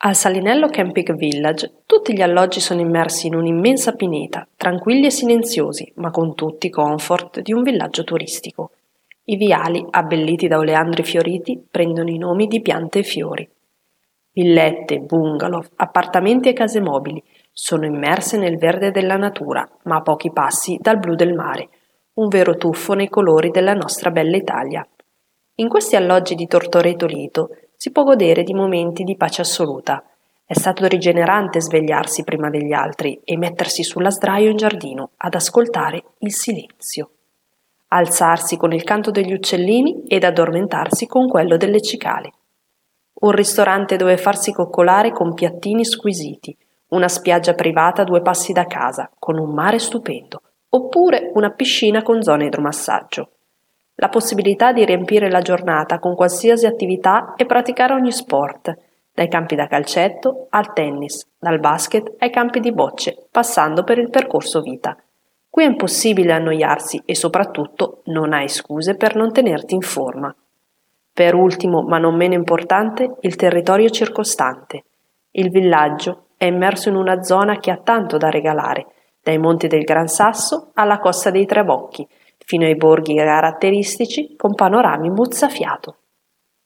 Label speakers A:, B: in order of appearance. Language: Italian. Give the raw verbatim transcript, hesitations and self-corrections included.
A: Al Salinello Camping Village tutti gli alloggi sono immersi in un'immensa pineta, tranquilli e silenziosi, ma con tutti i comfort di un villaggio turistico. I viali, abbelliti da oleandri fioriti, prendono i nomi di piante e fiori. Villette, bungalow, appartamenti e case mobili sono immerse nel verde della natura, ma a pochi passi dal blu del mare, un vero tuffo nei colori della nostra bella Italia. In questi alloggi di Tortoreto Lido si può godere di momenti di pace assoluta. È stato rigenerante svegliarsi prima degli altri e mettersi sulla sdraio in giardino ad ascoltare il silenzio. Alzarsi con il canto degli uccellini ed addormentarsi con quello delle cicale. Un ristorante dove farsi coccolare con piattini squisiti, una spiaggia privata a due passi da casa, con un mare stupendo, oppure una piscina con zona idromassaggio. La possibilità di riempire la giornata con qualsiasi attività e praticare ogni sport, dai campi da calcetto al tennis, dal basket ai campi di bocce, passando per il percorso vita. Qui è impossibile annoiarsi e soprattutto non hai scuse per non tenerti in forma. Per ultimo, ma non meno importante, il territorio circostante. Il villaggio è immerso in una zona che ha tanto da regalare, dai monti del Gran Sasso alla costa dei Trabocchi, fino ai borghi caratteristici con panorami mozzafiato.